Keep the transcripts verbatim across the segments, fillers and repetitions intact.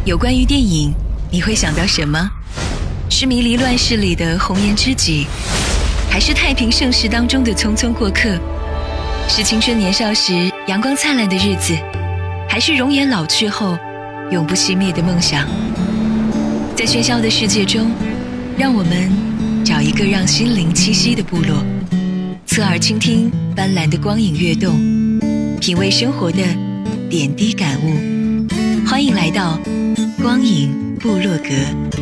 有关于电影，你会想到什么？是迷离乱世里的红颜知己，还是太平盛世当中的匆匆过客？是青春年少时阳光灿烂的日子，还是容颜老去后永不熄灭的梦想？在喧嚣的世界中，让我们找一个让心灵栖息的部落，侧耳倾听斑斓的光影跃动，品味生活的点滴感悟。欢迎来到光影部落格。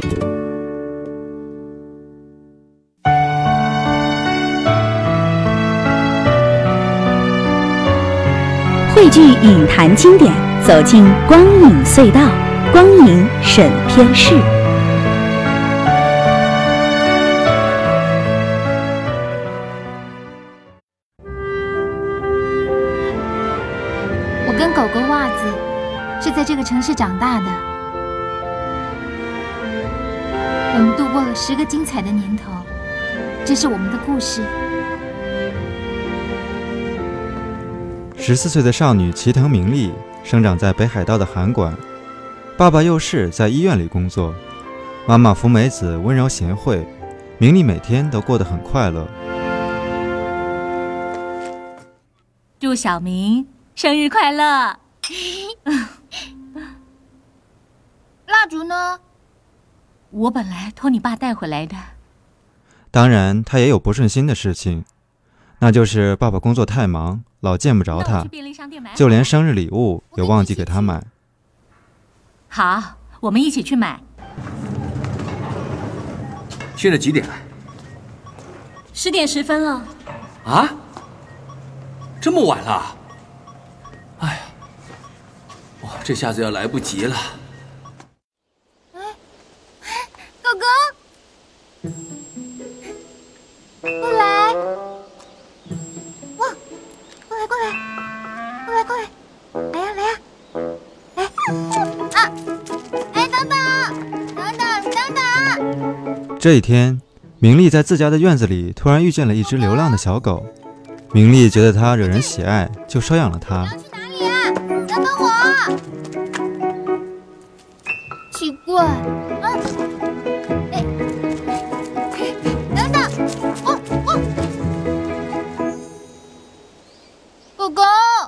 汇聚影坛经典，走进光影隧道，光影审片室。 我跟狗狗袜子是在这个城市长大的，我们度过了十个精彩的年头，这是我们的故事。 十四岁的少女齐藤明丽生长在北海道的函馆，爸爸右士在医院里工作，妈妈福美子温柔贤惠，明丽每天都过得很快乐。 祝小明生日快乐！ 蜡烛呢？ 我本来托你爸带回来的。 当然他也有不顺心的事情，那就是爸爸工作太忙，老见不着他，就连生日礼物也忘记给他买。 好，我们一起去买。 现在几点了？ 十点十分了。 啊？这么晚了？哎呀，哇，这下子要来不及了。 哎，狗狗，过来！哇，过来过来，过来过来，来呀来呀，来啊！哎，等等，等等等等！ 这一天，明丽在自家的院子里突然遇见了一只流浪的小狗。明丽觉得它惹人喜爱，就收养了它。 要去哪里啊？等等我！奇怪，啊，哎，等等，哦哦，狗狗。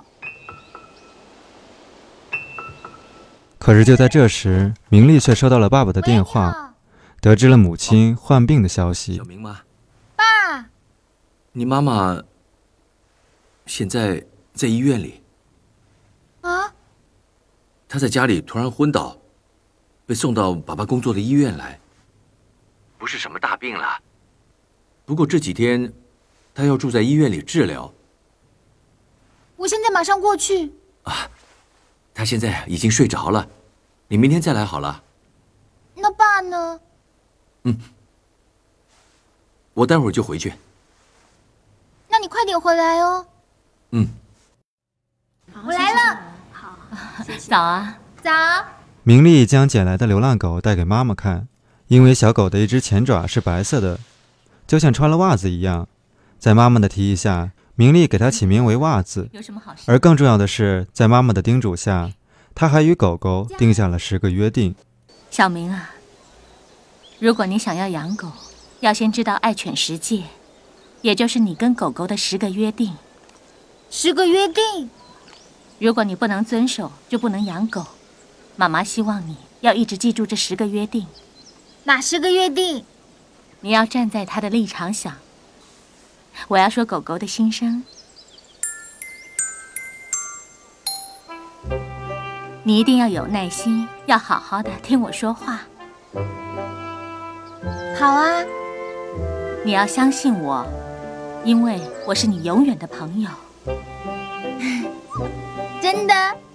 可是就在这时，明丽却收到了爸爸的电话，得知了母亲患病的消息。 小明吗？ 爸， 你妈妈现在在医院里。 啊？ 她在家里突然昏倒，被送到爸爸工作的医院来。不是什么大病了，不过这几天她要住在医院里治疗。 我现在马上过去。 啊，她现在已经睡着了，你明天再来好了。 那爸呢？ 嗯，我待会儿就回去。 那你快点回来哦。 嗯， 我来了。 好，早啊。 早。 明丽将捡来的流浪狗带给妈妈看，因为小狗的一只前爪是白色的，就像穿了袜子一样。在妈妈的提议下，明丽给它起名为袜子。 有什么好事？ 而更重要的是，在妈妈的叮嘱下，她还与狗狗定下了十个约定。 小明啊，如果你想要养狗，要先知道爱犬十戒，也就是你跟狗狗的十个约定。 十个约定？ 如果你不能遵守，就不能养狗。妈妈希望你要一直记住这十个约定。 哪十个约定？ 你要站在它的立场想。我要说狗狗的心声，你一定要有耐心，要好好的听我说话。 好啊。 你要相信我，因为我是你永远的朋友。 真的？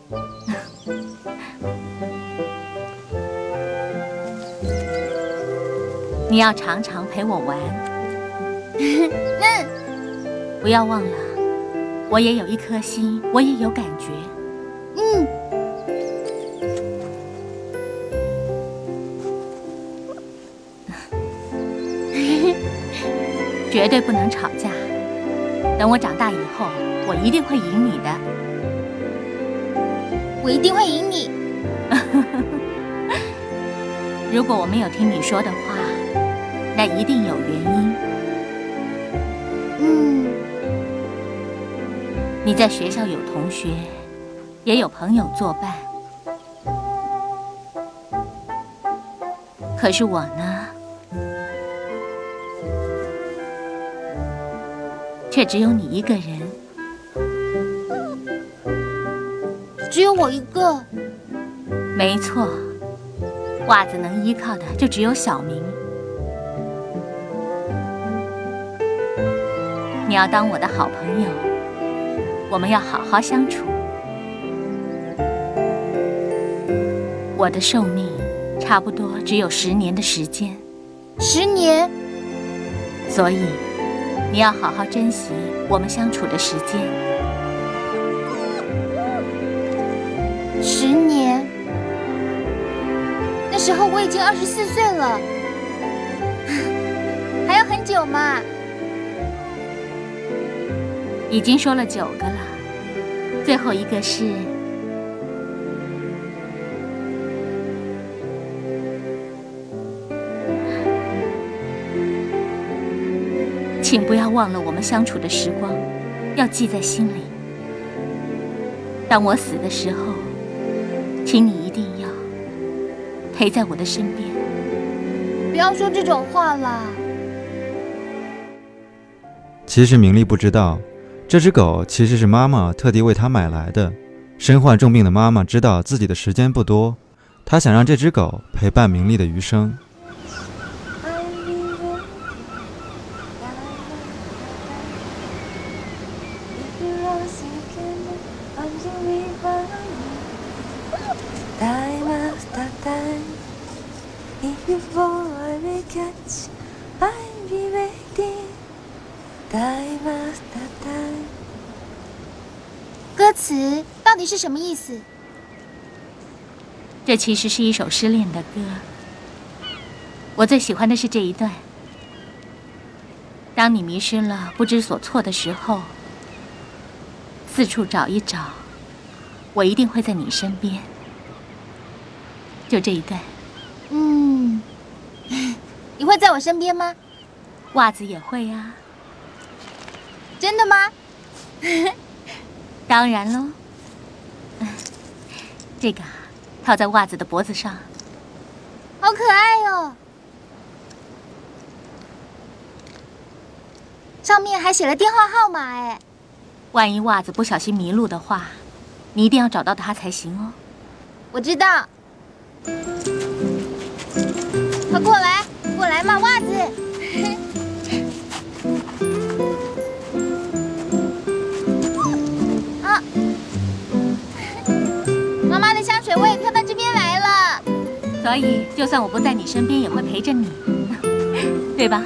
你要常常陪我玩。 嗯。 不要忘了，我也有一颗心，我也有感觉。 嗯。 绝对不能吵架。等我长大以后，我一定会赢你的。 我一定会赢你。 如果我没有听你说的话，那一定有原因。 嗯， 你在学校有同学，也有朋友作伴，可是我呢，却只有你一个人。 只有我一个。 没错，袜子能依靠的就只有小明。你要当我的好朋友，我们要好好相处。我的寿命差不多只有十年的时间， 十年？ 所以你要好好珍惜我们相处的时间。 十年？那时候我已经二十四岁了，还要很久嘛。 已经说了九个了，最后一个是……请不要忘了我们相处的时光，要记在心里。当我死的时候，请你一定要陪在我的身边。 不要说这种话啦。 其实明丽不知道，这只狗其实是妈妈特地为她买来的。身患重病的妈妈知道自己的时间不多，她想让这只狗陪伴明丽的余生。 歌词到底是什么意思？ 这其实是一首失恋的歌。我最喜欢的是这一段：当你迷失了、不知所措的时候，四处找一找，我一定会在你身边。就这一段。 嗯，你会在我身边吗？ 袜子也会啊。 真的吗？ 当然喽。这个套在袜子的脖子上， 好可爱哦。上面还写了电话号码哎。 万一袜子不小心迷路的话，你一定要找到它才行哦。 我知道。快过来，过来嘛，袜子。啊！妈妈的香水味飘到这边来了。 所以，就算我不在你身边，也会陪着你，对吧？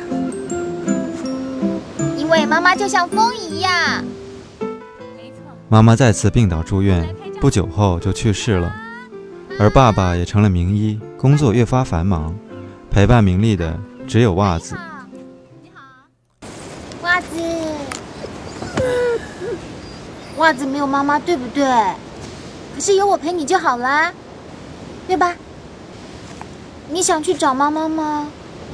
因为妈妈就像风一样。 妈妈再次病倒住院，不久后就去世了，而爸爸也成了名医，工作越发繁忙，陪伴明丽的只有袜子。 你好，袜子，袜子没有妈妈，对不对？可是有我陪你就好啦，对吧？你想去找妈妈吗？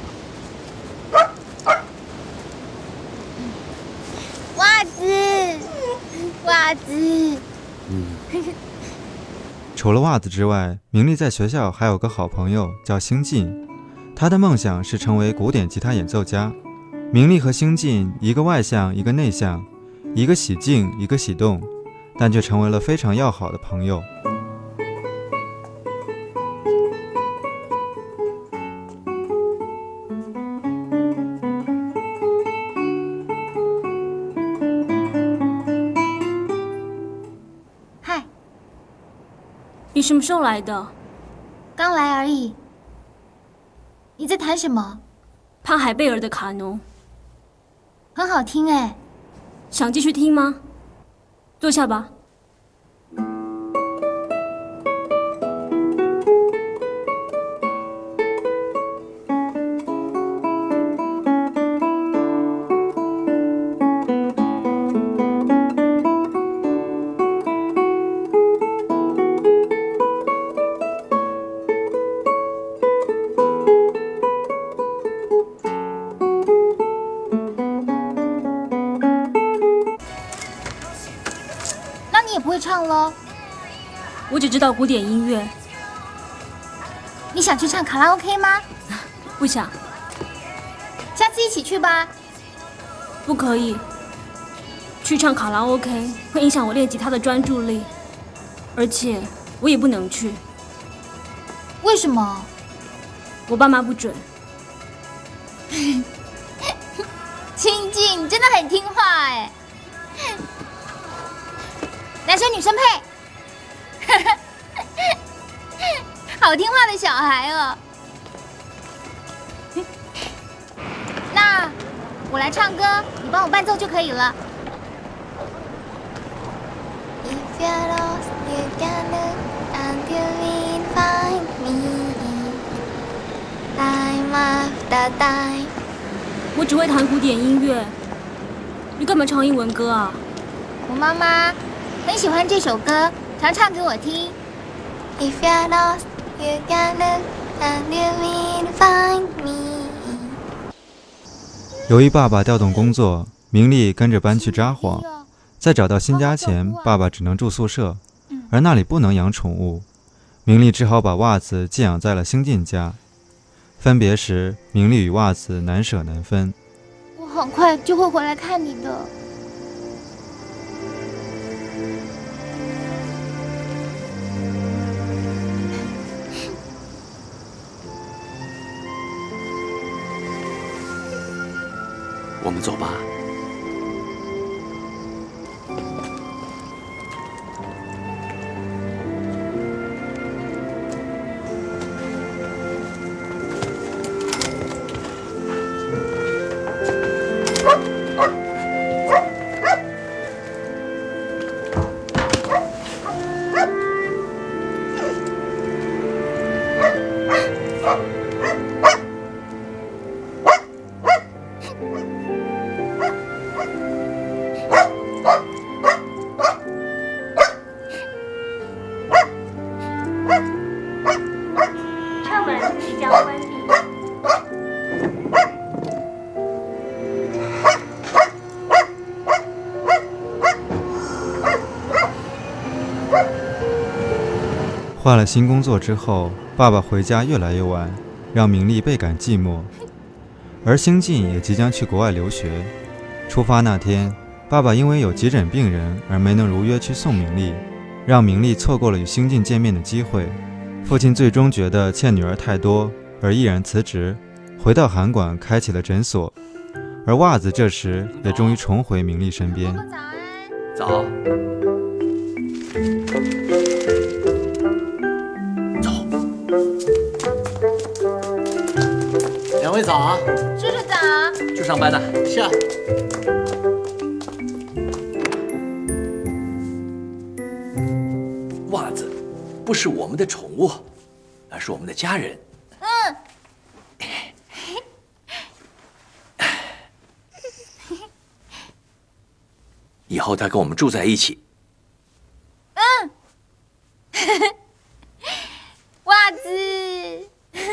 袜子，袜子。 嗯。 除了袜子之外，明丽在学校还有个好朋友叫星进，他的梦想是成为古典吉他演奏家。明丽和星进一个外向，一个内向，一个喜静，一个喜动，但却成为了非常要好的朋友。 嗨， 你什么时候来的？ 刚来而已。你在弹什么？ 潘海贝尔的卡农。 很好听哎。 想继续听吗？坐下吧。 唱喽。 我只知道古典音乐。 你想去唱卡拉 OK 吗？ 不想。 下次一起去吧。 不可以。去唱卡拉 OK 会影响我练吉他的专注力，而且我也不能去。 为什么？ 我爸妈不准。 清静，你真的很听话哎。男生女生配，好听话的小孩哦。那我来唱歌，你帮我伴奏就可以了。If you're lost, you can look until you find me. Time after time. 我只会弹古典音乐，你干嘛唱英文歌啊？ 我妈妈很喜欢这首歌，常唱给我听。If you're lost, you can look until you find me. 由于爸爸调动工作，明丽跟着搬去札幌。在找到新家前，爸爸只能住宿舍，而那里不能养宠物。明丽只好把袜子寄养在了兴进家。分别时，明丽与袜子难舍难分。 我很快就会回来看你的。 我们走吧。 换了新工作之后，爸爸回家越来越晚，让明丽倍感寂寞。而兴进也即将去国外留学。出发那天，爸爸因为有急诊病人而没能如约去送明丽，让明丽错过了与兴进见面的机会。父亲最终觉得欠女儿太多，而毅然辞职，回到函馆开启了诊所。而袜子这时也终于重回明丽身边。 早。 两位早啊！ 叔叔早。 去上班呢。 下。 袜子不是我们的宠物，而是我们的家人。 嗯。 以后他跟我们住在一起。 嗯。袜子。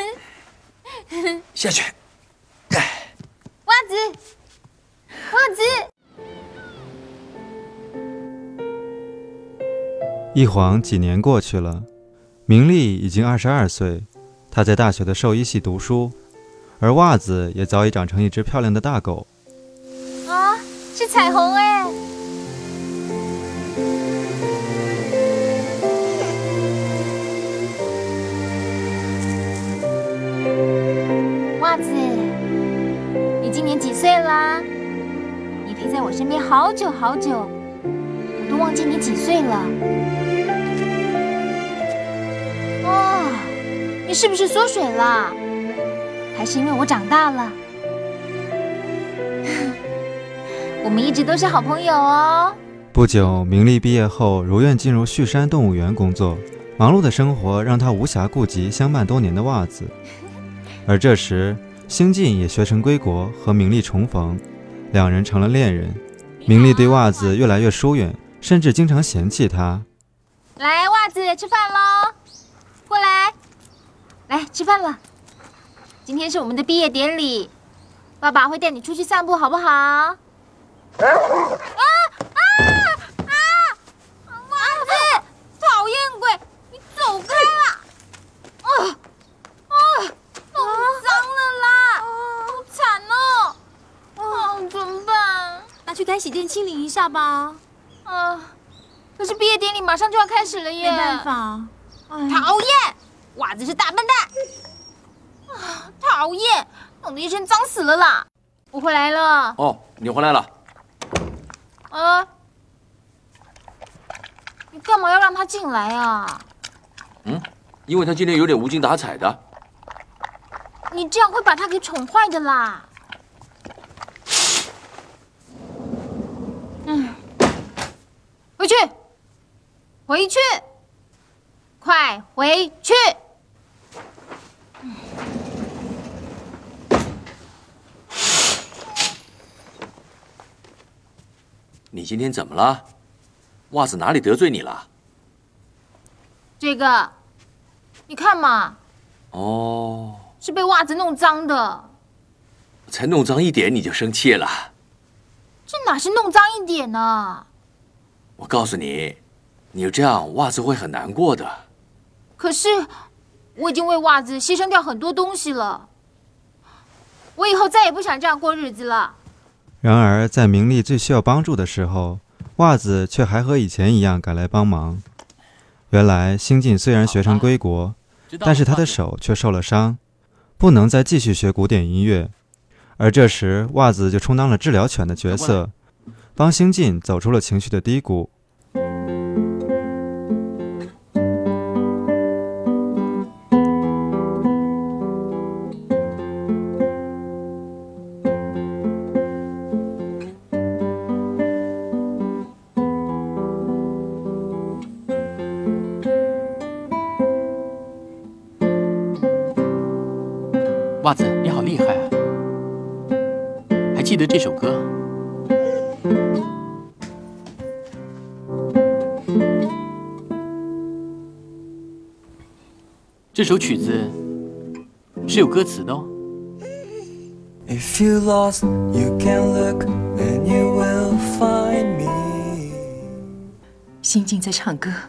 下去。 袜子，袜子。 一晃几年过去了，明丽已经二十二岁，她在大学的兽医系读书，而袜子也早已长成一只漂亮的大狗。 啊，是彩虹哎！袜子，你今年几岁啦？你陪在我身边好久好久，我都忘记你几岁了。哦，你是不是缩水了？还是因为我长大了？我们一直都是好朋友哦。 不久，明丽毕业后如愿进入旭山动物园工作，忙碌的生活让她无暇顾及相伴多年的袜子。而这时，兴进也学成归国，和明丽重逢，两人成了恋人。明丽对袜子越来越疏远，甚至经常嫌弃他。 来，袜子，吃饭喽！过来，来吃饭了。今天是我们的毕业典礼，爸爸会带你出去散步，好不好？啊啊啊啊！袜子， 来洗店清理一下吧。 啊，可是毕业典礼马上就要开始了耶。 没办法， 讨厌，袜子是大笨蛋。啊，讨厌，弄得一身脏死了啦。我回来了。 哦，你回来了。 啊，你干嘛要让他进来啊？ 嗯，因为他今天有点无精打采的。 你这样会把他给宠坏的啦。嗯，回去，回去，快回去！ 你今天怎么了？袜子哪里得罪你了？ 这个，你看嘛。 哦。 是被袜子弄脏的。 才弄脏一点你就生气了？ 这哪是弄脏一点呢？ 我告诉你，你这样袜子会很难过的。 可是，我已经为袜子牺牲掉很多东西了。我以后再也不想这样过日子了。 然而，在明丽最需要帮助的时候，袜子却还和以前一样赶来帮忙。原来，星进虽然学成归国，但是他的手却受了伤，不能再继续学古典音乐。而这时，袜子就充当了治疗犬的角色，帮星进走出了情绪的低谷。 袜子，你好厉害啊！还记得这首歌？这首曲子是有歌词的哦。 If you lost, you can look and you will find me. 星进在唱歌。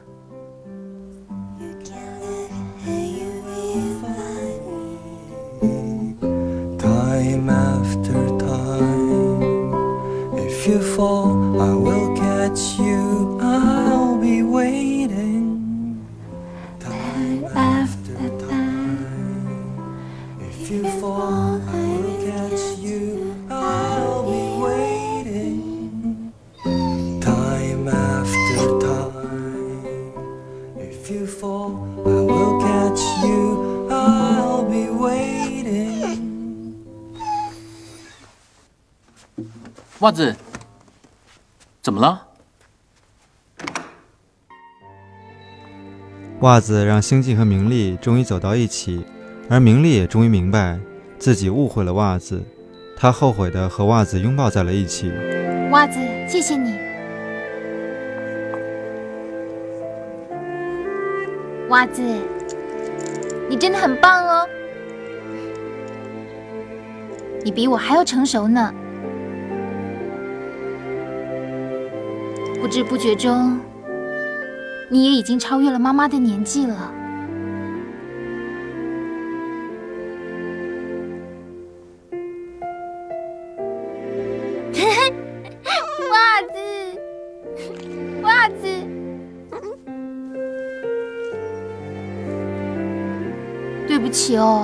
Time after time, if you fall, I will catch you. I'll be waiting. Time after time, if you fall, I will catch you. I'll be waiting. Time after time, if you fall, I will catch you. I'll be waiting. 袜子，怎么了？ 袜子让星进和明丽终于走到一起，而明丽也终于明白自己误会了袜子，她后悔地和袜子拥抱在了一起。 袜子，谢谢你。袜子，你真的很棒哦，你比我还要成熟呢。不知不觉中，你也已经超越了妈妈的年纪了。袜子，袜子，对不起哦。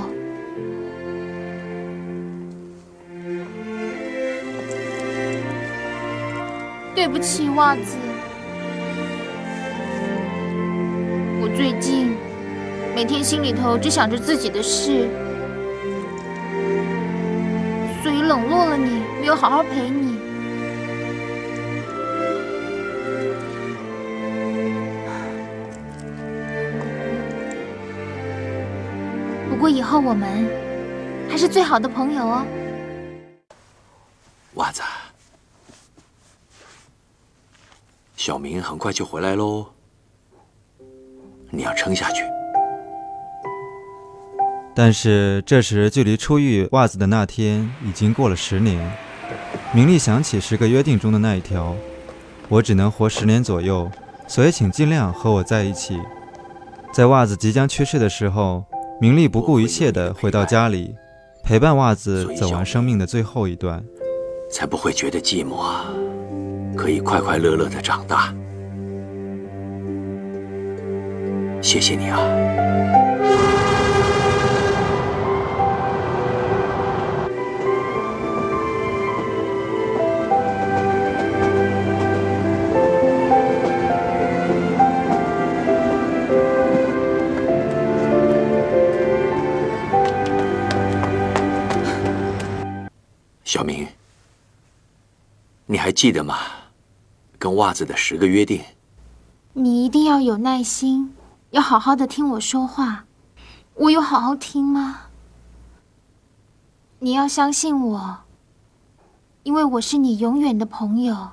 对不起，袜子。我最近每天心里头只想着自己的事，所以冷落了你，没有好好陪你。不过以后我们还是最好的朋友哦。 袜子。小明很快就回来喽，你要撑下去。 但是这时距离出狱袜子的那天已经过了十年，明丽想起十个约定中的那一条，我只能活十年左右，所以请尽量和我在一起。在袜子即将去世的时候，明丽不顾一切地回到家里，陪伴袜子走完生命的最后一段， 才不会觉得寂寞啊。 可以快快乐乐的长大。谢谢你啊。小明，你还记得吗？跟袜子的十个约定。 你一定要有耐心，要好好的听我说话。我有好好听吗？你要相信我，因为我是你永远的朋友。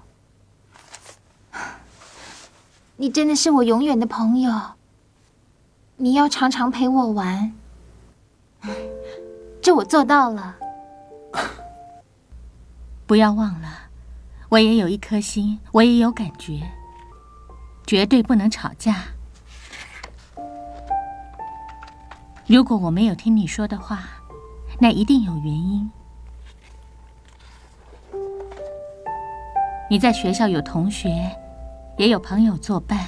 你真的是我永远的朋友。你要常常陪我玩，这我做到了。 不要忘了，我也有一颗心，我也有感觉，绝对不能吵架。如果我没有听你说的话，那一定有原因。你在学校有同学，也有朋友作伴，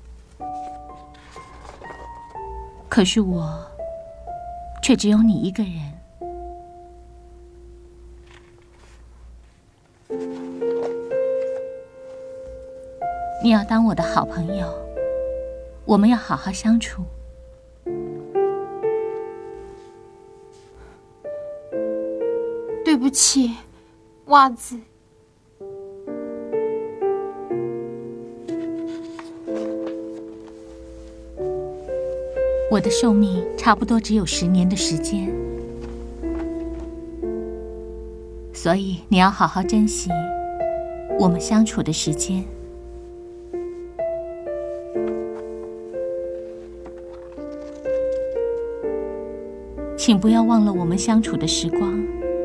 可是我却只有你一个人。你要当我的好朋友，我们要好好相处。 对不起，袜子。 我的寿命差不多只有十年的时间，所以你要好好珍惜我们相处的时间。请不要忘了我们相处的时光。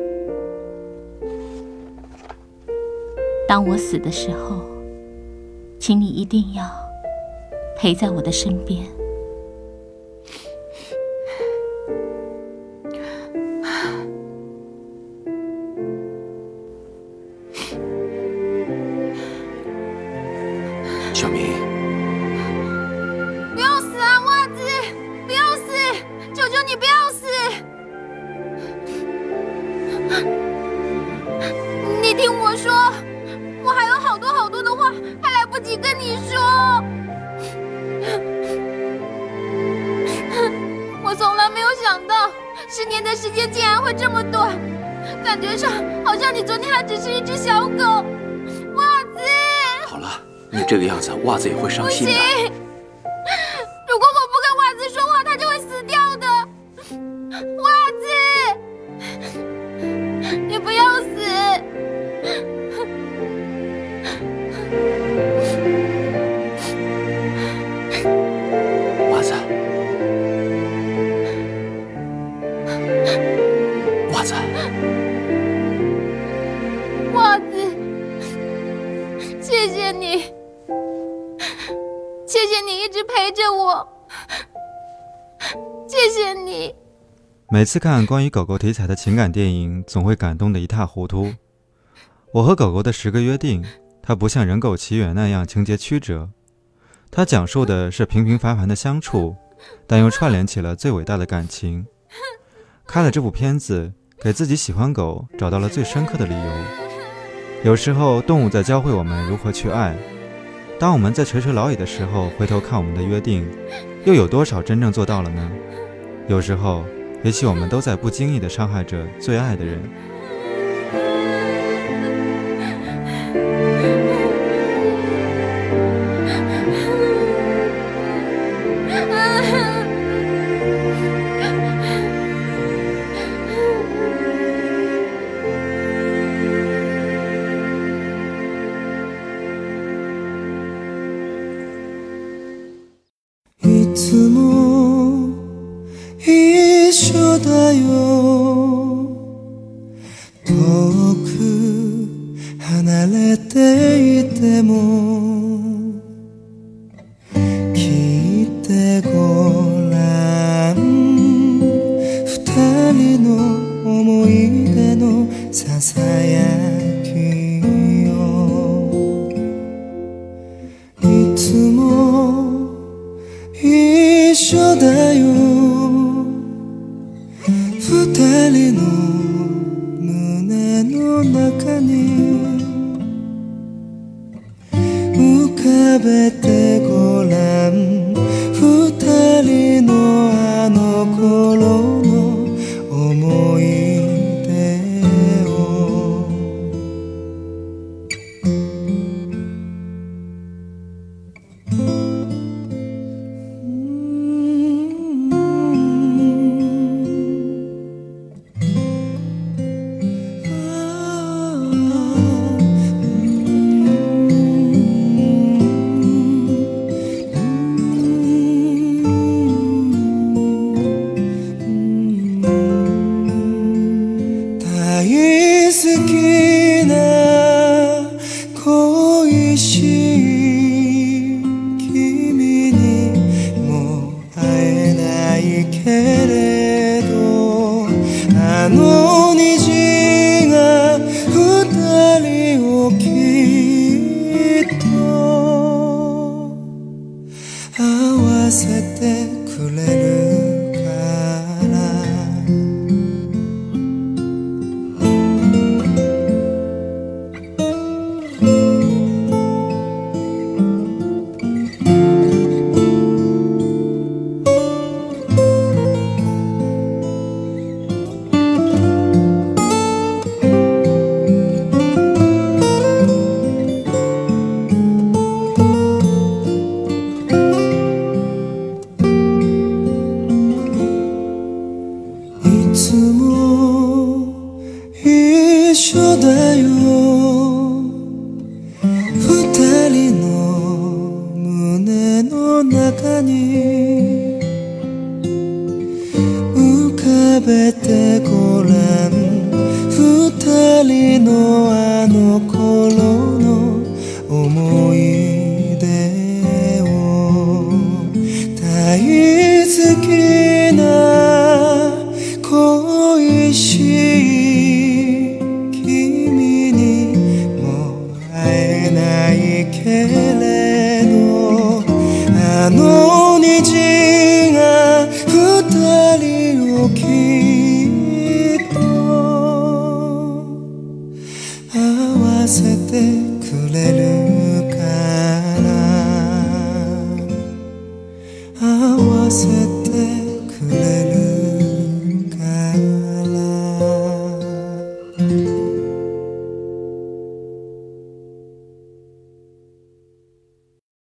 当我死的时候，请你一定要陪在我的身边。 小明， 不要死啊，袜子！不要死！求求你不要死！你听我说，我还有好多好多的话还来不及跟你说。我从来没有想到，十年的时间竟然会这么短，感觉上好像你昨天还只是一只小狗。袜子， 好了，你这个样子，袜子也会伤心的。 不行，如果我不跟袜子说话，它就会死掉的。袜子，你不要死！ 袜子，袜子， 袜子，谢谢你，谢谢你一直陪着我，谢谢你。 每次看关于狗狗题材的情感电影，总会感动得一塌糊涂。我和狗狗的十个约定，它不像人狗奇缘那样情节曲折，它讲述的是平平凡凡的相处，但又串联起了最伟大的感情。看了这部片子，给自己喜欢狗找到了最深刻的理由。有时候动物在教会我们如何去爱，当我们在垂垂老矣的时候回头看我们的约定，又有多少真正做到了呢？有时候也许我们都在不经意地伤害着最爱的人。 いつも一緒だよ遠く離れていても聞いてごらん二人の思い出のささやきよ人の胸の中に浮かべてごらん二人のあの頃の思い出を合わせて